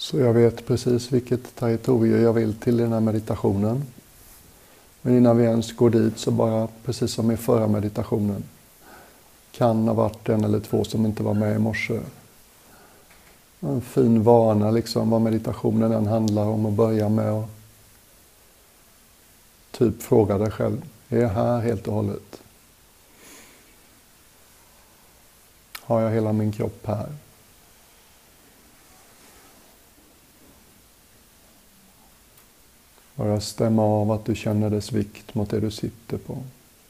Så jag vet precis vilket territorium jag vill till i den här meditationen. Men innan vi ens går dit så bara, precis som i förra meditationen, kan ha varit en eller två som inte var med i morse. En fin vana liksom, vad meditationen än handlar om, att börja med att typ fråga dig själv, är jag här helt och hållet? Har jag hela min kropp här? Bara stämma av att du känner dess vikt mot det du sitter på.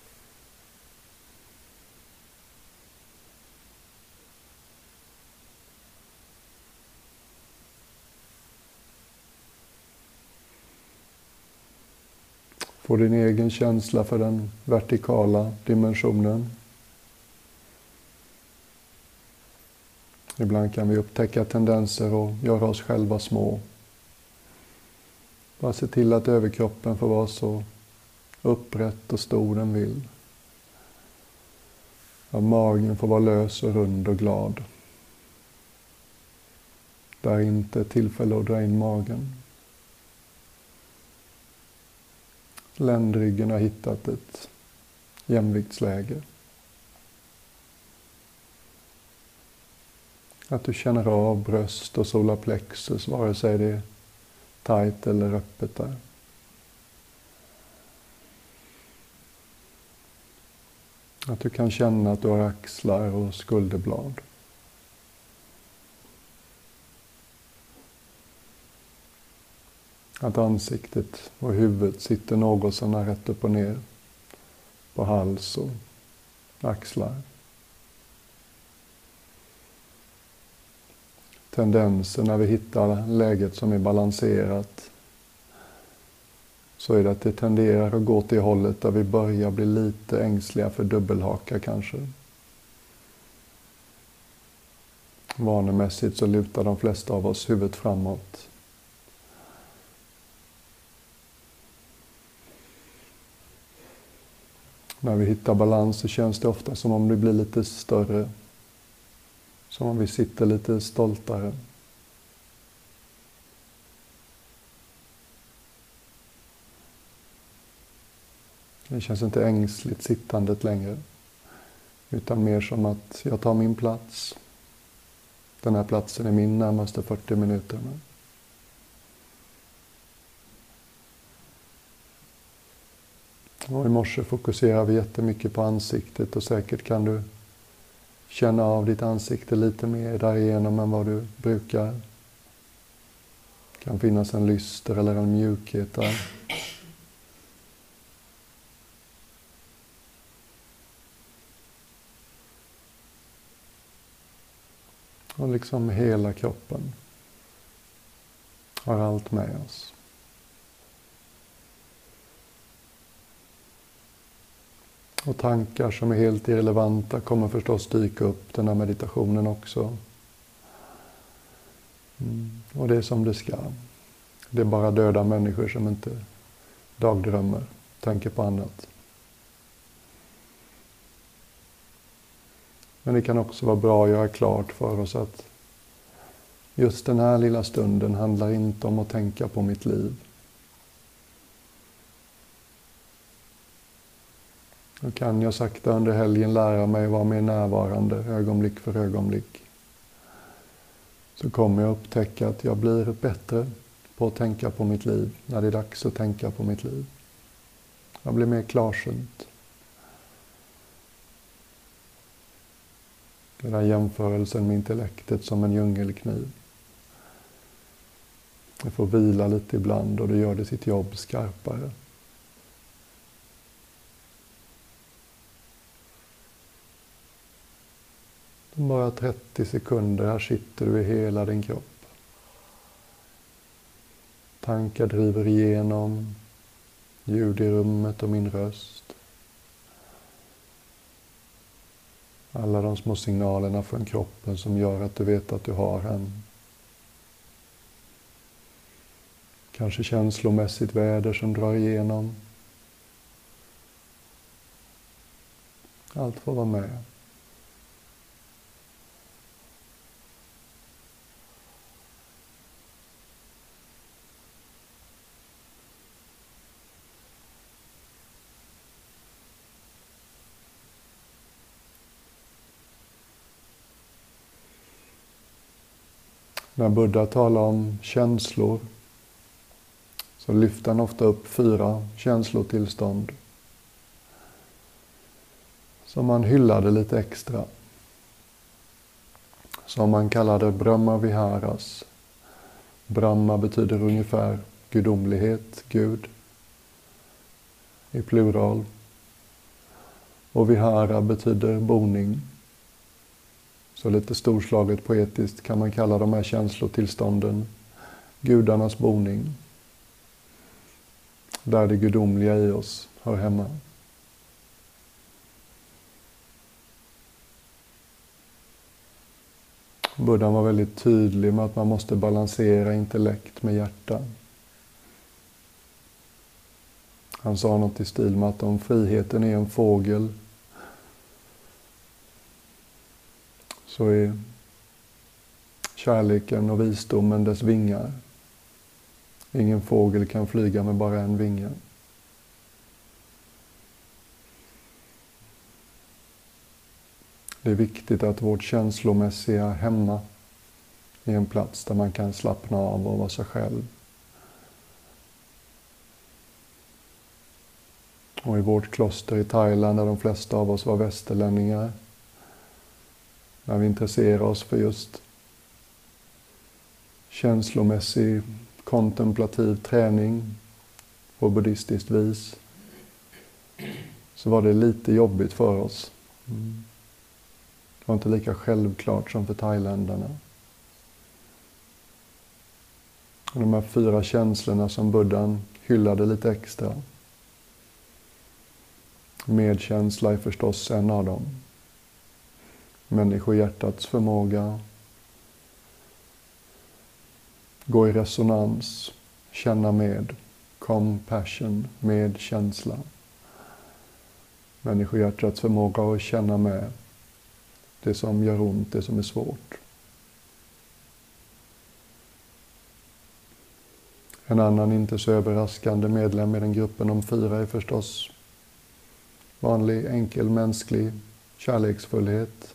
Få din egen känsla för den vertikala dimensionen. Ibland kan vi upptäcka tendenser och göra oss själva små. Bara se till att överkroppen får vara så upprätt och stor den vill. Att magen får vara lös och rund och glad. Det är inte ett tillfälle att dra in magen. Ländryggen har hittat ett jämviktsläge. Att du känner av bröst och solarplexus, vare sig det är tajt eller öppet där. Att du kan känna att du har axlar och skulderblad. Att ansiktet och huvudet sitter något sådär rätt upp och ner på hals och axlar. Tendensen när vi hittar läget som är balanserat, så är det att det tenderar att gå till hållet där vi börjar bli lite ängsliga för dubbelhaka kanske. Vanemässigt så lutar de flesta av oss huvudet framåt. När vi hittar balans så känns det ofta som om det blir lite större. Som om vi sitter lite stoltare. Det känns inte ängsligt sittandet längre. Utan mer som att jag tar min plats. Den här platsen är min närmaste 40 minuter. Och i morse fokuserar vi jättemycket på ansiktet och säkert kan du känna av ditt ansikte lite mer därigenom än vad du brukar. Det kan finnas en lyster eller en mjukhet där. Och liksom hela kroppen har allt med oss. Och tankar som är helt irrelevanta kommer förstås dyka upp den här meditationen också. Och det är som det ska. Det är bara döda människor som inte dagdrömmer, tänker på annat. Men det kan också vara bra att göra klart för oss att just den här lilla stunden handlar inte om att tänka på mitt liv. Då kan jag sakta under helgen lära mig att vara mer närvarande ögonblick för ögonblick. Så kommer jag upptäcka att jag blir bättre på att tänka på mitt liv när det är dags att tänka på mitt liv. Jag blir mer klarsynt. Den här jämförelsen med intellektet som en djungelkniv. Det får vila lite ibland och det gör det sitt jobb skarpare. Bara 30 sekunder, här sitter du i hela din kropp. Tankar driver igenom, ljud i rummet och min röst. Alla de små signalerna från kroppen som gör att du vet att du har en. Kanske känslomässigt väder som drar igenom. Allt får vara med. När Buddha talar om känslor så lyfter han ofta upp 4 känslotillstånd som man hyllade lite extra. Som man kallade Brahma Viharas. Brahma betyder ungefär gudomlighet, Gud, i plural. Och Vihara betyder boning. Så lite storslaget poetiskt kan man kalla de här känslotillstånden gudarnas boning. Där det gudomliga i oss hör hemma. Buddha var väldigt tydlig med att man måste balansera intellekt med hjärta. Han sa något i stil med att om friheten är en fågel så är kärleken och visdomen dess vingar. Ingen fågel kan flyga med bara en vinge. Det är viktigt att vårt känslomässiga hemma är en plats där man kan slappna av och vara sig själv. Och i vårt kloster i Thailand, där de flesta av oss var västerlänningar, när vi intresserar oss för just känslomässig kontemplativ träning på buddhistiskt vis, så var det lite jobbigt för oss. Det var inte lika självklart som för thailändarna. Och de här 4 känslorna som Buddhan hyllade lite extra. Medkänsla är förstås en av dem. Människohjärtats förmåga gå i resonans, känna med, compassion, medkänsla. Människohjärtats förmåga att känna med det som gör ont, det som är svårt. En annan inte så överraskande medlem i den gruppen om 4 är förstås vanlig, enkel, mänsklig kärleksfullhet.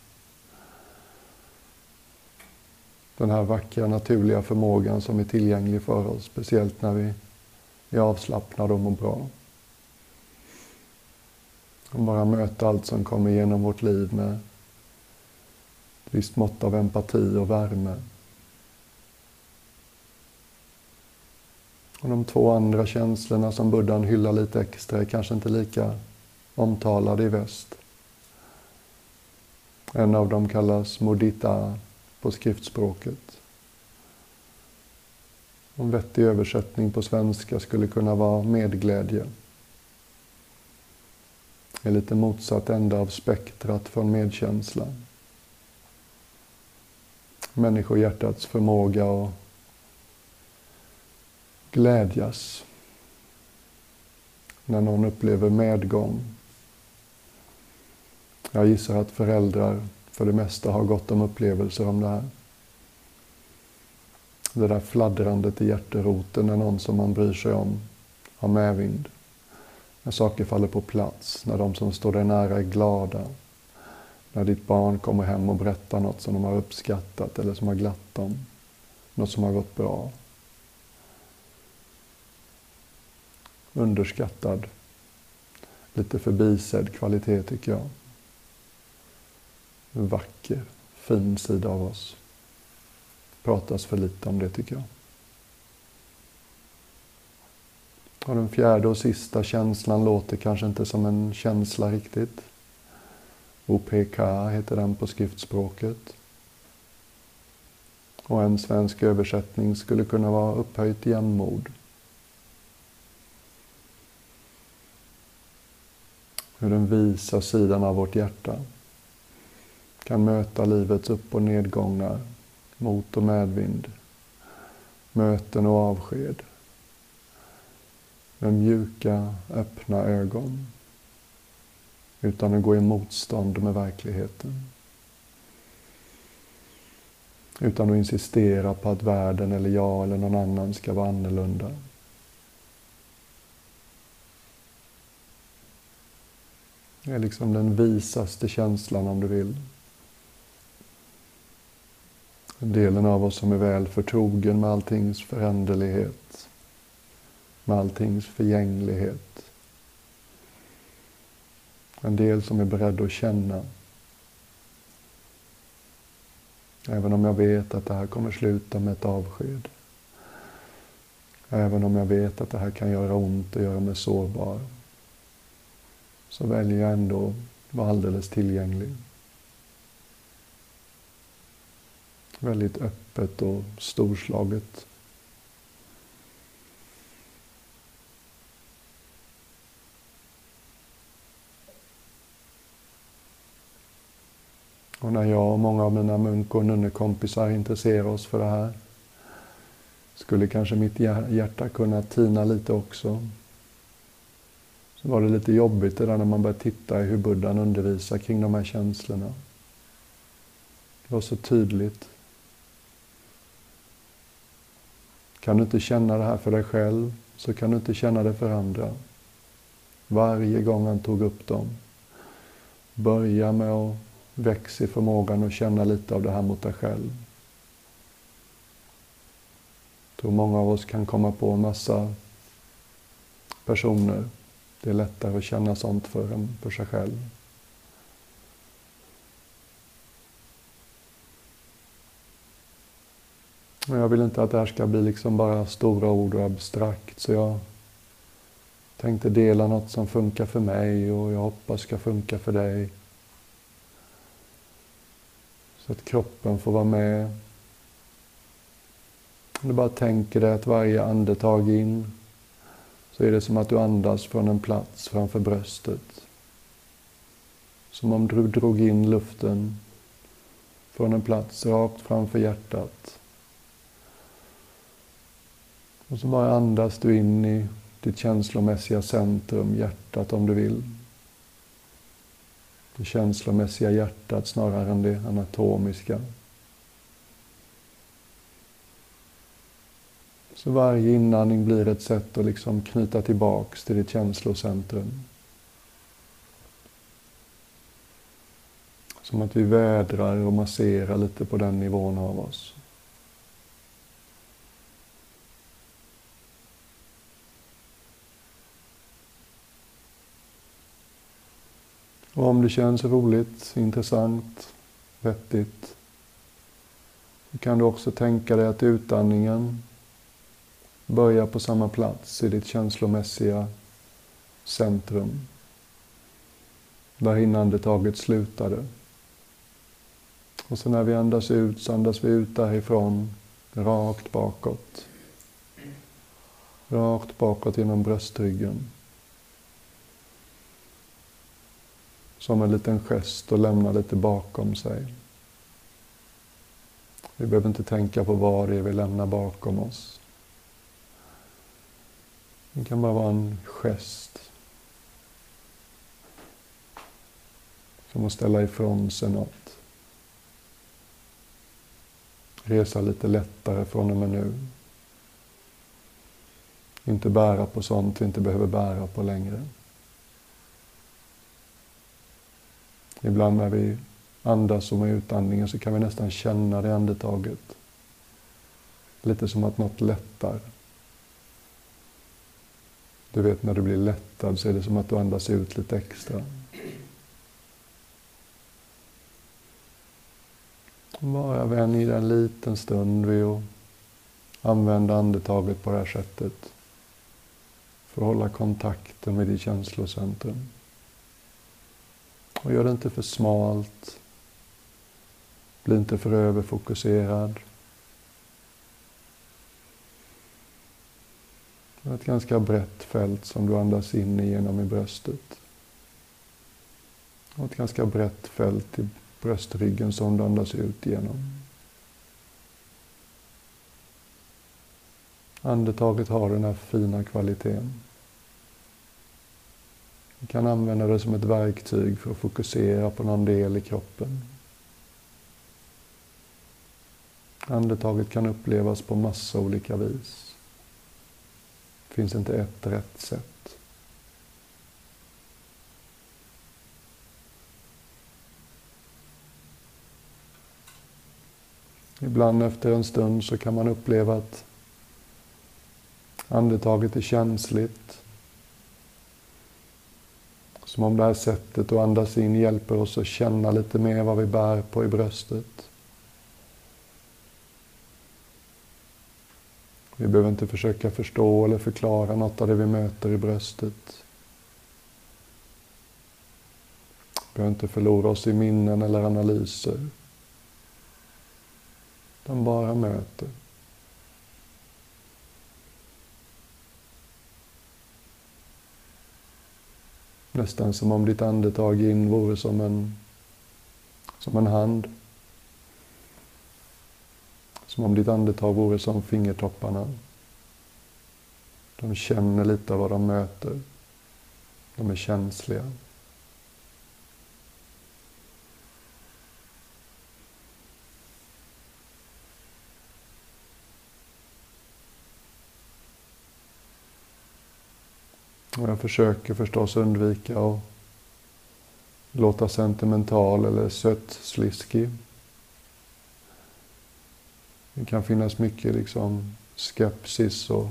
Den här vackra, naturliga förmågan som är tillgänglig för oss, speciellt när vi är avslappnade och mår bra. Och bara möta allt som kommer igenom vårt liv med ett visst mått av empati och värme. Och de 2 andra känslorna som Buddhan hyllar lite extra är kanske inte lika omtalade i väst. En av dem kallas mudita på skriftspråket. En vettig översättning på svenska skulle kunna vara medglädje. Det är lite motsatt ända av spektrat från medkänsla. Människohjärtats förmåga att glädjas när någon upplever medgång. Jag gissar att föräldrar för det mesta har gott om upplevelser om det här. Det där fladdrandet i hjärteroten när någon som man bryr sig om har medvind. När saker faller på plats, när de som står dig nära är glada. När ditt barn kommer hem och berättar något som de har uppskattat eller som har glatt dem. Något som har gått bra. Underskattad, lite förbisedd kvalitet tycker jag. En vacker, fin sida av oss. Pratas för lite om det tycker jag. Och den 4:e och sista känslan låter kanske inte som en känsla riktigt. OPK heter den på skriftspråket. Och en svensk översättning skulle kunna vara upphöjt jämnmod. Hur den visa sidan av vårt hjärta kan möta livets upp- och nedgångar, mot- och medvind, möten och avsked. Med mjuka, öppna ögon. Utan att gå i motstånd med verkligheten. Utan att insistera på att världen eller jag eller någon annan ska vara annorlunda. Det är liksom den visaste känslan om du vill. Delen av oss som är väl förtrogen med alltings föränderlighet, med alltings förgänglighet. En del som är beredd att känna. Även om jag vet att det här kommer sluta med ett avsked. Även om jag vet att det här kan göra ont och göra mig sårbar. Så väljer jag ändå att vara alldeles tillgänglig. Väldigt öppet och storslaget. Och när jag och många av mina munk- och nunnekompisar intresserar oss för det här, skulle kanske mitt hjärta kunna tina lite också. Så var det lite jobbigt det där när man började titta i hur Buddhan undervisar kring de här känslorna. Det var så tydligt. Kan du inte känna det här för dig själv, så kan du inte känna det för andra. Varje gång han tog upp dem, börja med att växa i förmågan att känna lite av det här mot dig själv. Jag tror många av oss kan komma på en massa personer. Det är lättare att känna sånt för sig själv. Men jag vill inte att det här ska bli liksom bara stora ord och abstrakt, så jag tänkte dela något som funkar för mig och jag hoppas ska funka för dig. Så att kroppen får vara med. Om du bara tänker dig att varje andetag in, så är det som att du andas från en plats framför bröstet. Som om du drog in luften från en plats rakt framför hjärtat. Och så bara andas du in i ditt känslomässiga centrum, hjärtat om du vill. Det känslomässiga hjärtat snarare än det anatomiska. Så varje inandning blir ett sätt att liksom knyta tillbaks till ditt känslocentrum. Som att vi vädrar och masserar lite på den nivån av oss. Och om det känns roligt, intressant, vettigt, så kan du också tänka dig att utandningen börjar på samma plats i ditt känslomässiga centrum. Där inandetaget slutade. Och så när vi andas ut, så andas vi ut därifrån, rakt bakåt. Rakt bakåt genom bröstryggen. Som en liten gest och lämna lite bakom sig. Vi behöver inte tänka på vad det är vi lämnar bakom oss. Det kan bara vara en gest. Som att ställa ifrån sig något. Resa lite lättare från och med nu. Inte bära på sånt vi inte behöver bära på längre. Ibland när vi andas och med utandningen så kan vi nästan känna det andetaget. Lite som att något lättar. Du vet, när du blir lättad så är det som att du andas ut lite extra. Bara vänj dig en liten stund vid att använda andetaget på det här sättet. För att hålla kontakten med ditt känslocentrum. Och gör det inte för smalt. Bli inte för överfokuserad. Det är ett ganska brett fält som du andas in igenom i bröstet. Och ett ganska brett fält i bröstryggen som du andas ut igenom. Andetaget har den här fina kvaliteten. Du kan använda det som ett verktyg för att fokusera på någon del i kroppen. Andetaget kan upplevas på massa olika vis. Det finns inte ett rätt sätt. Ibland efter en stund så kan man uppleva att andetaget är känsligt. Som om det här sättet att andas in hjälper oss att känna lite mer vad vi bär på i bröstet. Vi behöver inte försöka förstå eller förklara något av det vi möter i bröstet. Vi behöver inte förlora oss i minnen eller analyser. De bara möter. Nästan som om ditt andetag in vore som en hand. Som om ditt andetag vore som fingertopparna. De känner lite av vad de möter. De är känsliga. Och jag försöker förstås undvika att låta sentimental eller sötsliskig. Det kan finnas mycket skepsis och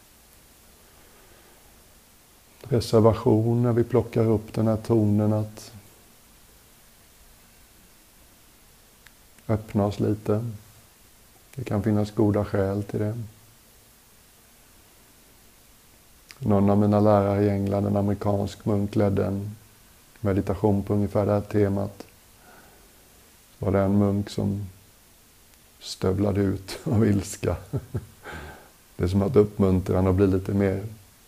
reservation när vi plockar upp den här tonen att öppna oss lite. Det kan finnas goda skäl till det. Någon av mina lärare i England, en amerikansk munk, ledde en meditation på ungefär det här temat. Så var det en munk som stövlade ut av ilska. Det är som att uppmuntra honom att bli lite mer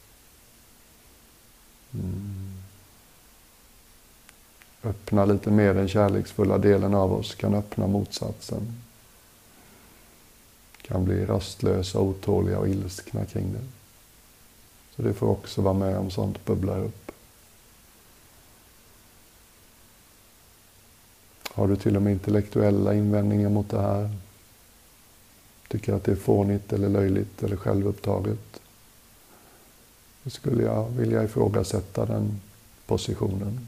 öppna lite mer. Den kärleksfulla delen av oss kan öppna motsatsen. Kan bli rastlösa, otåliga och ilskna kring det. Så det får också vara med om sånt bubblar upp. Har du till och med intellektuella invändningar mot det här? Tycker att det är fånigt eller löjligt eller självupptaget? Då skulle jag vilja ifrågasätta den positionen.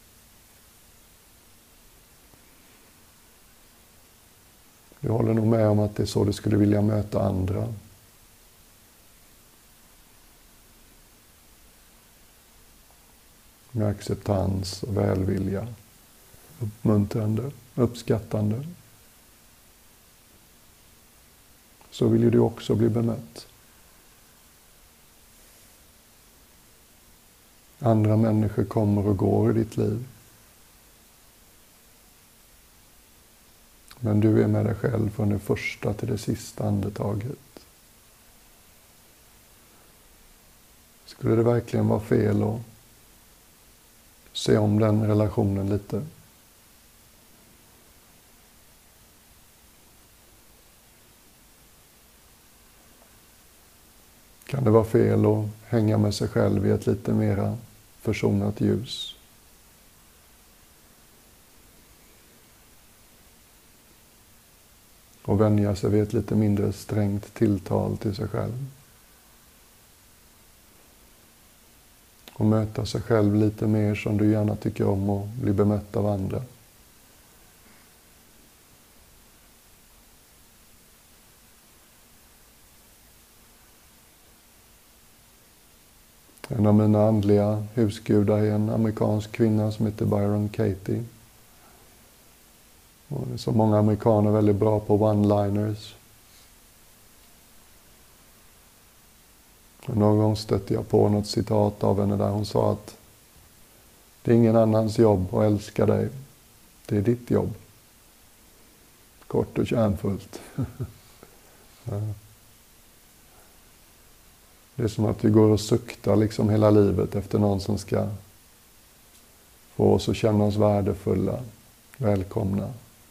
Du håller nog med om att det är så du skulle vilja möta andra. Med acceptans och välvilja. Uppmuntrande, uppskattande. Så vill ju du också bli bemött. Andra människor kommer och går i ditt liv. Men du är med dig själv från det första till det sista andetaget. Skulle det verkligen vara fel att se om den relationen lite? Kan det vara fel att hänga med sig själv i ett lite mera försonat ljus? Och vänja sig vid ett lite mindre strängt tilltal till sig själv. Och möta sig själv lite mer som du gärna tycker om att bli bemött av andra. En av mina andliga husgudar är en amerikansk kvinna som heter Byron Katie. Och det är så många amerikaner väldigt bra på one-liners. Och någon gång stötte jag på något citat av henne där hon sa att det är ingen annans jobb att älska dig. Det är ditt jobb. Kort och kärnfullt. Ja. Det är som att vi går och suktar hela livet efter någon som ska få oss att känna oss värdefulla, välkomna,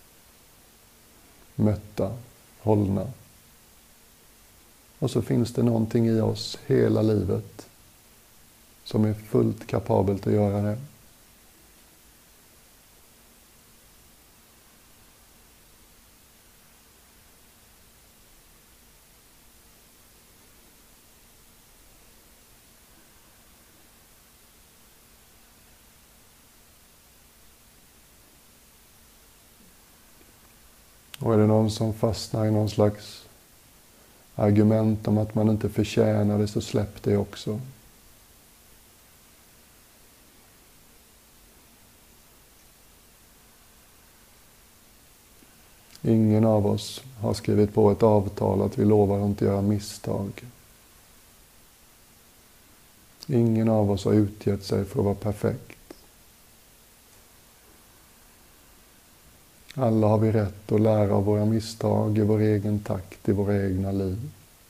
mötta, hållna. Och så finns det någonting i oss hela livet som är fullt kapabelt att göra det. Och är det någon som fastnar i någon slags argument om att man inte förtjänar det, så släpp det också. Ingen av oss har skrivit på ett avtal att vi lovar att inte göra misstag. Ingen av oss har utgett sig för att vara perfekt. Alla har vi rätt att lära av våra misstag i vår egen takt, i våra egna liv.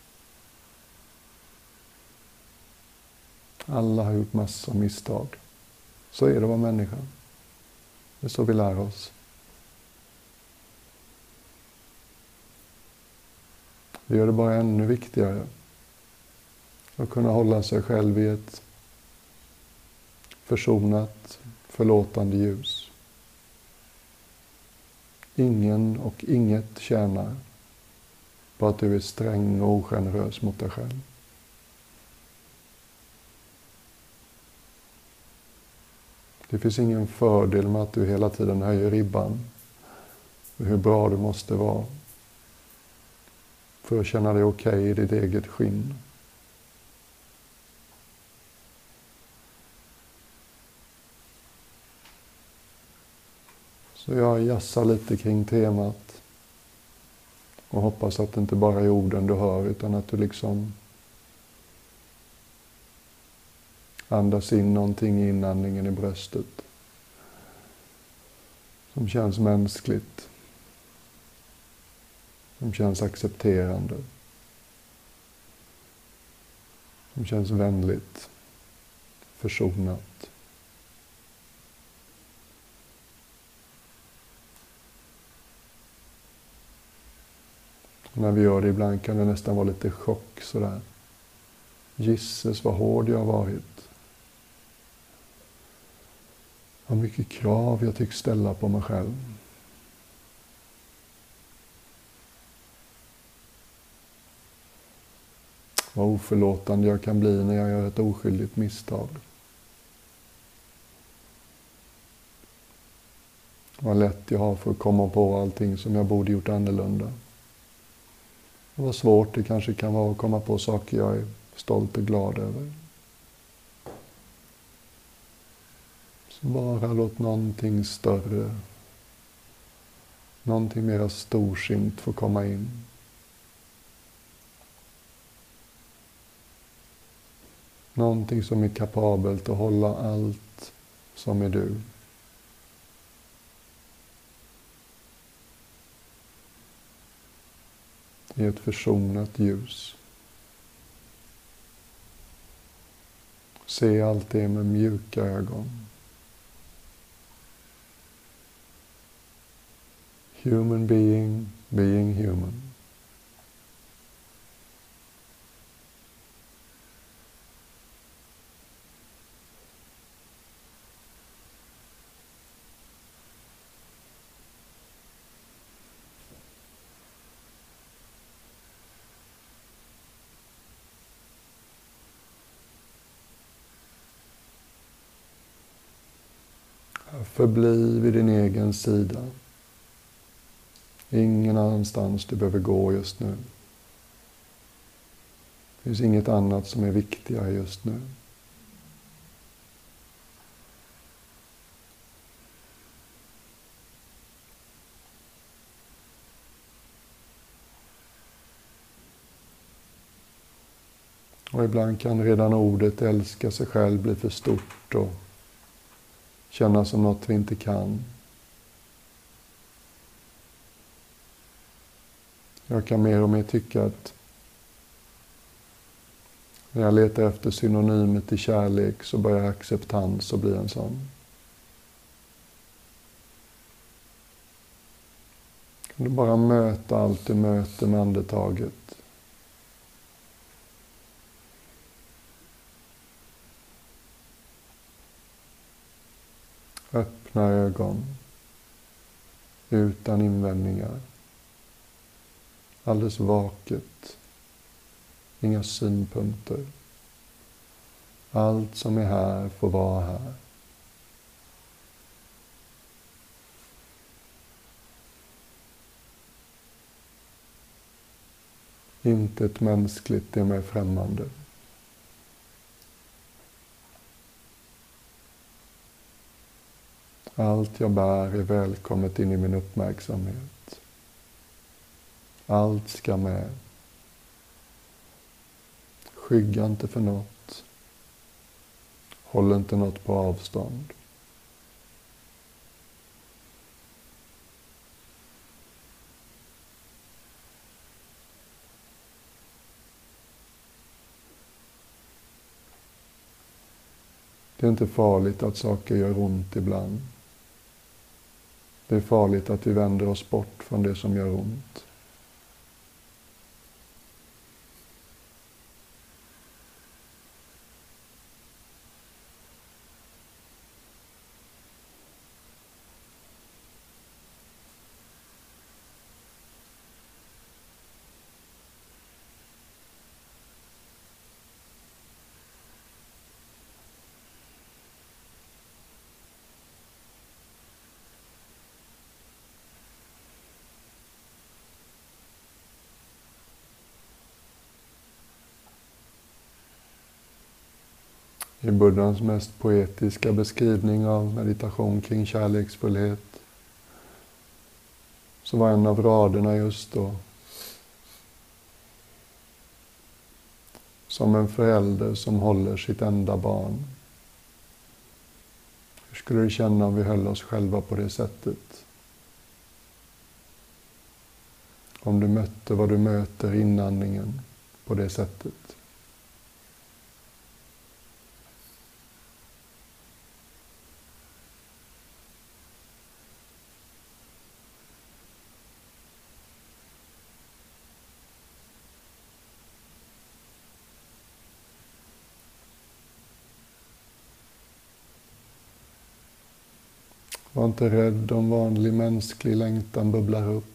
Alla har gjort massor av misstag. Så är det att vara människa. Det är så vi lär oss. Det gör det bara ännu viktigare att kunna hålla sig själv i ett försonat, förlåtande ljus. Ingen och inget tjänar på att du är sträng och ogenerös mot dig själv. Det finns ingen fördel med att du hela tiden höjer ribban för hur bra du måste vara för att känna dig okej i ditt eget skinn. Så jag jassar lite kring temat och hoppas att det inte bara är orden du hör, utan att du liksom andas in någonting i inandningen i bröstet som känns mänskligt, som känns accepterande, som känns vänligt, försonat. När vi gör det ibland kan det nästan vara lite chock sådär. Gisses vad hård jag har varit. Vad mycket krav jag tycks ställa på mig själv. Vad oförlåtande jag kan bli när jag gör ett oskyldigt misstag. Vad lätt jag har för att komma på allting som jag borde gjort annorlunda. Och vad svårt det kanske kan vara att komma på saker jag är stolt och glad över. Så bara låt någonting större, någonting mera storsint få komma in. Någonting som är kapabelt att hålla allt som är du. I ett försonat ljus. Se allt det med mjuka ögon. Human being, being human. Förbli vid din egen sida. Ingen annanstans du behöver gå just nu. Det finns inget annat som är viktigare just nu. Och ibland kan redan ordet älska sig själv bli för stort och kännas som något vi inte kan. Jag kan mer och mer tycka att när jag letar efter synonymer till kärlek så börjar acceptans och bli en sån. Kan du bara möta allt du möter med andetaget. Öppna ögon. Utan invändningar. Alldeles vaket. Inga synpunkter. Allt som är här får vara här. Intet mänskligt är mig främmande. Allt jag bär är välkommet in i min uppmärksamhet. Allt ska med. Skygga inte för något. Håll inte något på avstånd. Det är inte farligt att saker gör ont ibland. Det är farligt att vi vänder oss bort från det som gör ont. I Buddhas mest poetiska beskrivning av meditation kring kärleksfullhet så var en av raderna just då: som en förälder som håller sitt enda barn. Hur skulle du känna om vi höll oss själva på det sättet? Om du mötte vad du möter i inandningen på det sättet. Var inte rädd om vanlig mänsklig längtan bubblar upp.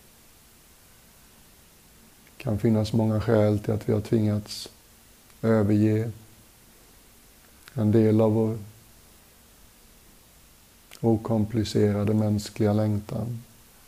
Det kan finnas många skäl till att vi har tvingats överge en del av vår okomplicerade mänskliga längtan.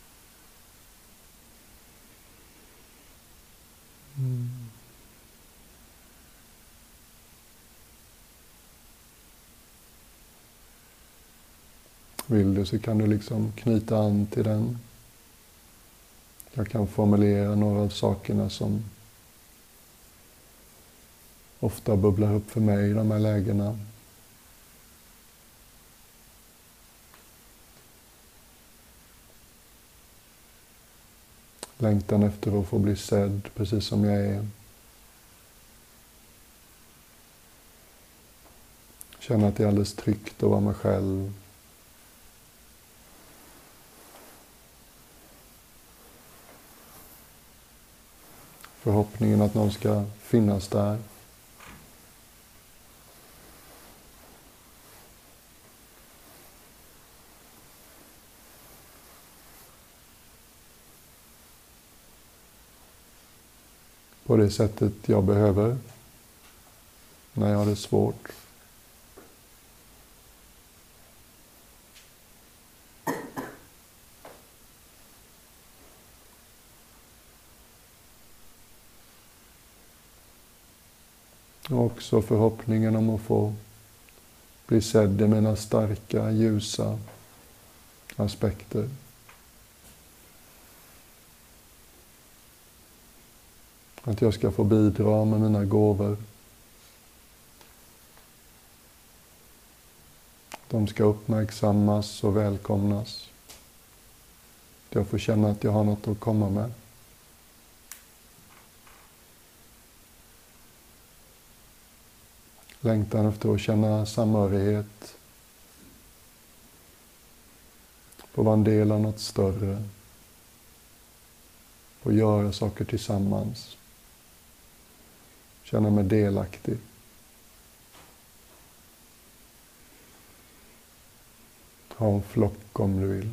Vill du så kan du liksom knyta an till den. Jag kan formulera några av sakerna som ofta bubblar upp för mig i de här lägena. Längtan efter att få bli sedd precis som jag är. Känna att det är alldeles tryggt att vara mig själv. Förhoppningen att någon ska finnas där. På det sättet jag behöver när jag har det svårt. Och också förhoppningen om att få bli sedd i mina starka, ljusa aspekter. Att jag ska få bidra med mina gåvor. De ska uppmärksammas och välkomnas. Jag får känna att jag har något att komma med. Längtan efter att känna samhörighet. Få vara en del av något större. Få göra saker tillsammans. Känna mig delaktig. Ha en flock om du vill.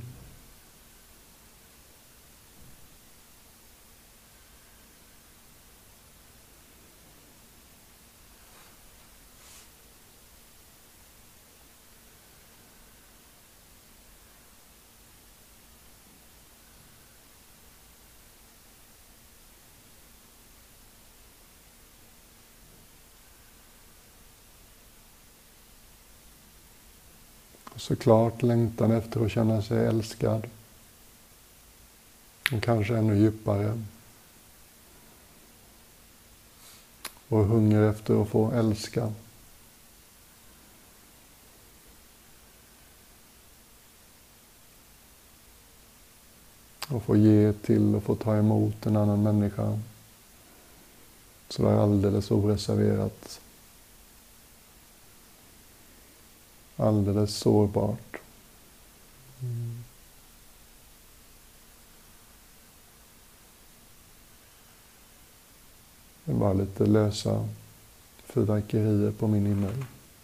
Och såklart längtan efter att känna sig älskad. Och kanske ännu djupare. Och hunger efter att få älska. Och få ge till och få ta emot en annan människa. Så det är alldeles oreserverat. Alldeles sårbart. Det är bara lite lösa fyrverkerier på min himmel.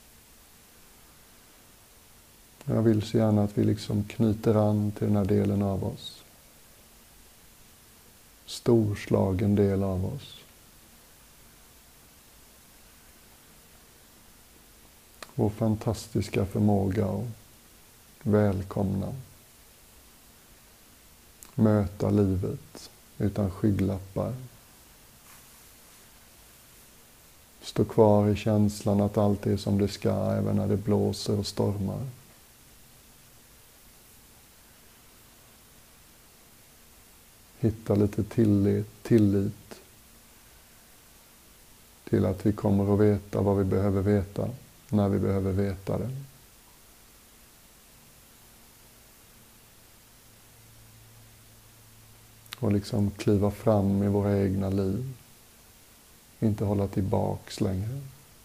Jag vill så gärna att vi liksom knyter an till den här delen av oss. Storslagen del av oss. Vår fantastiska förmåga att välkomna. Möta livet utan skygglappar. Stå kvar i känslan att allt är som det ska även när det blåser och stormar. Hitta lite tillit till att vi kommer att veta vad vi behöver veta när vi behöver veta det. Och liksom kliva fram i våra egna liv. Inte hålla tillbaks längre.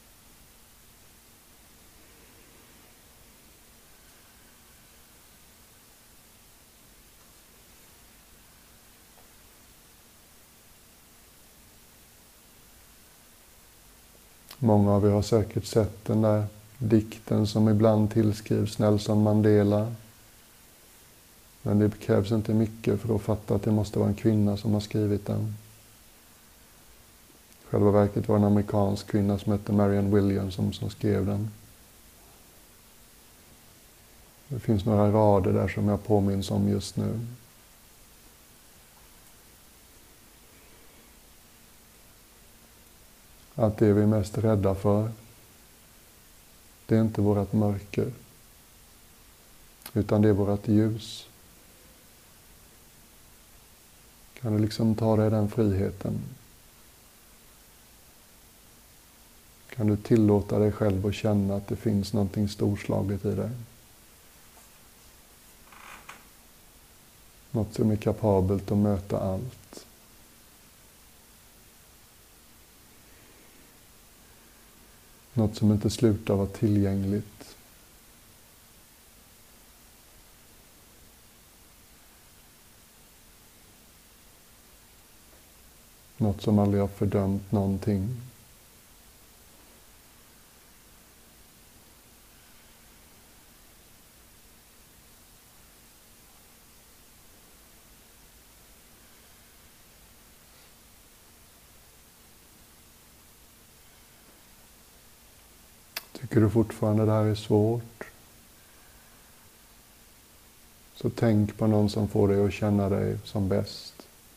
Många av er har säkert sett den där dikten som ibland tillskrivs Nelson Mandela. Men det krävs inte mycket för att fatta att det måste vara en kvinna som har skrivit den. I själva verket var det en amerikansk kvinna som hette Marianne Williamson som skrev den. Det finns några rader där som jag påminns om just nu. Att det vi är mest rädda för, det är inte vårat mörker, utan det är vårat ljus. Kan du liksom ta dig den friheten? Kan du tillåta dig själv att känna att det finns någonting storslaget i dig? Något som är kapabelt att möta allt. Något som inte slutar vara tillgängligt. Något som aldrig har fördömt någonting. Tycker du fortfarande det här är svårt? Så tänk på någon som får dig att känna dig som bäst.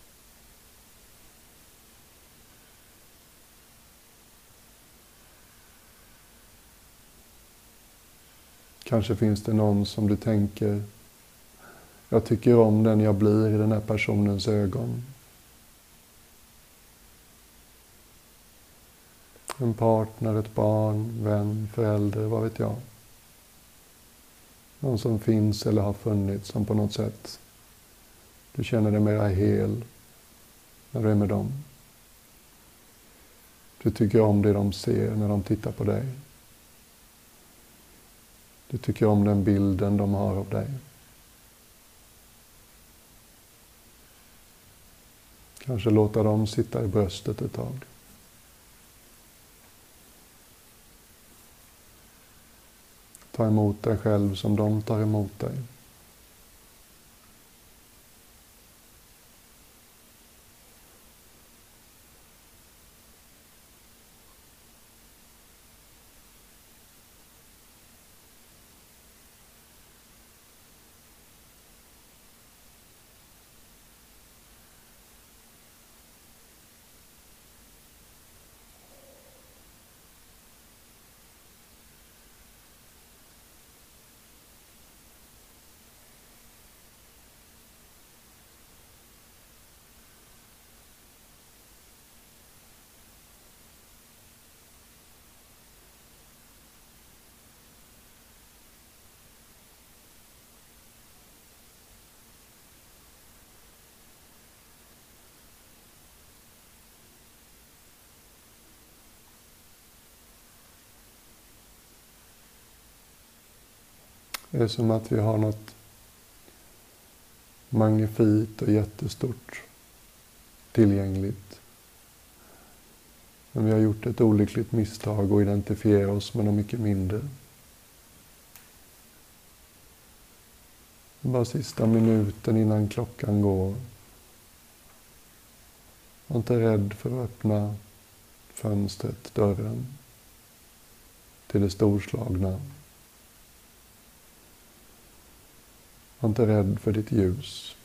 Kanske finns det någon som du tänker, jag tycker om den jag blir i den här personens ögon. En partner, ett barn, vän, förälder, vad vet jag. Någon som finns eller har funnits som på något sätt. Du känner dig mera hel när du är med dem. Du tycker om det de ser när de tittar på dig. Du tycker om den bilden de har av dig. Kanske låta dem sitta i bröstet ett tag. Ta emot dig själv som de tar emot dig. Det är som att vi har något magnifikt och jättestort tillgängligt. Men vi har gjort ett olyckligt misstag och identifierar oss med något mycket mindre. Bara sista minuten innan klockan går. Var inte rädd för att öppna fönstret, dörren till det storslagna. Var inte rädd för ditt ljus.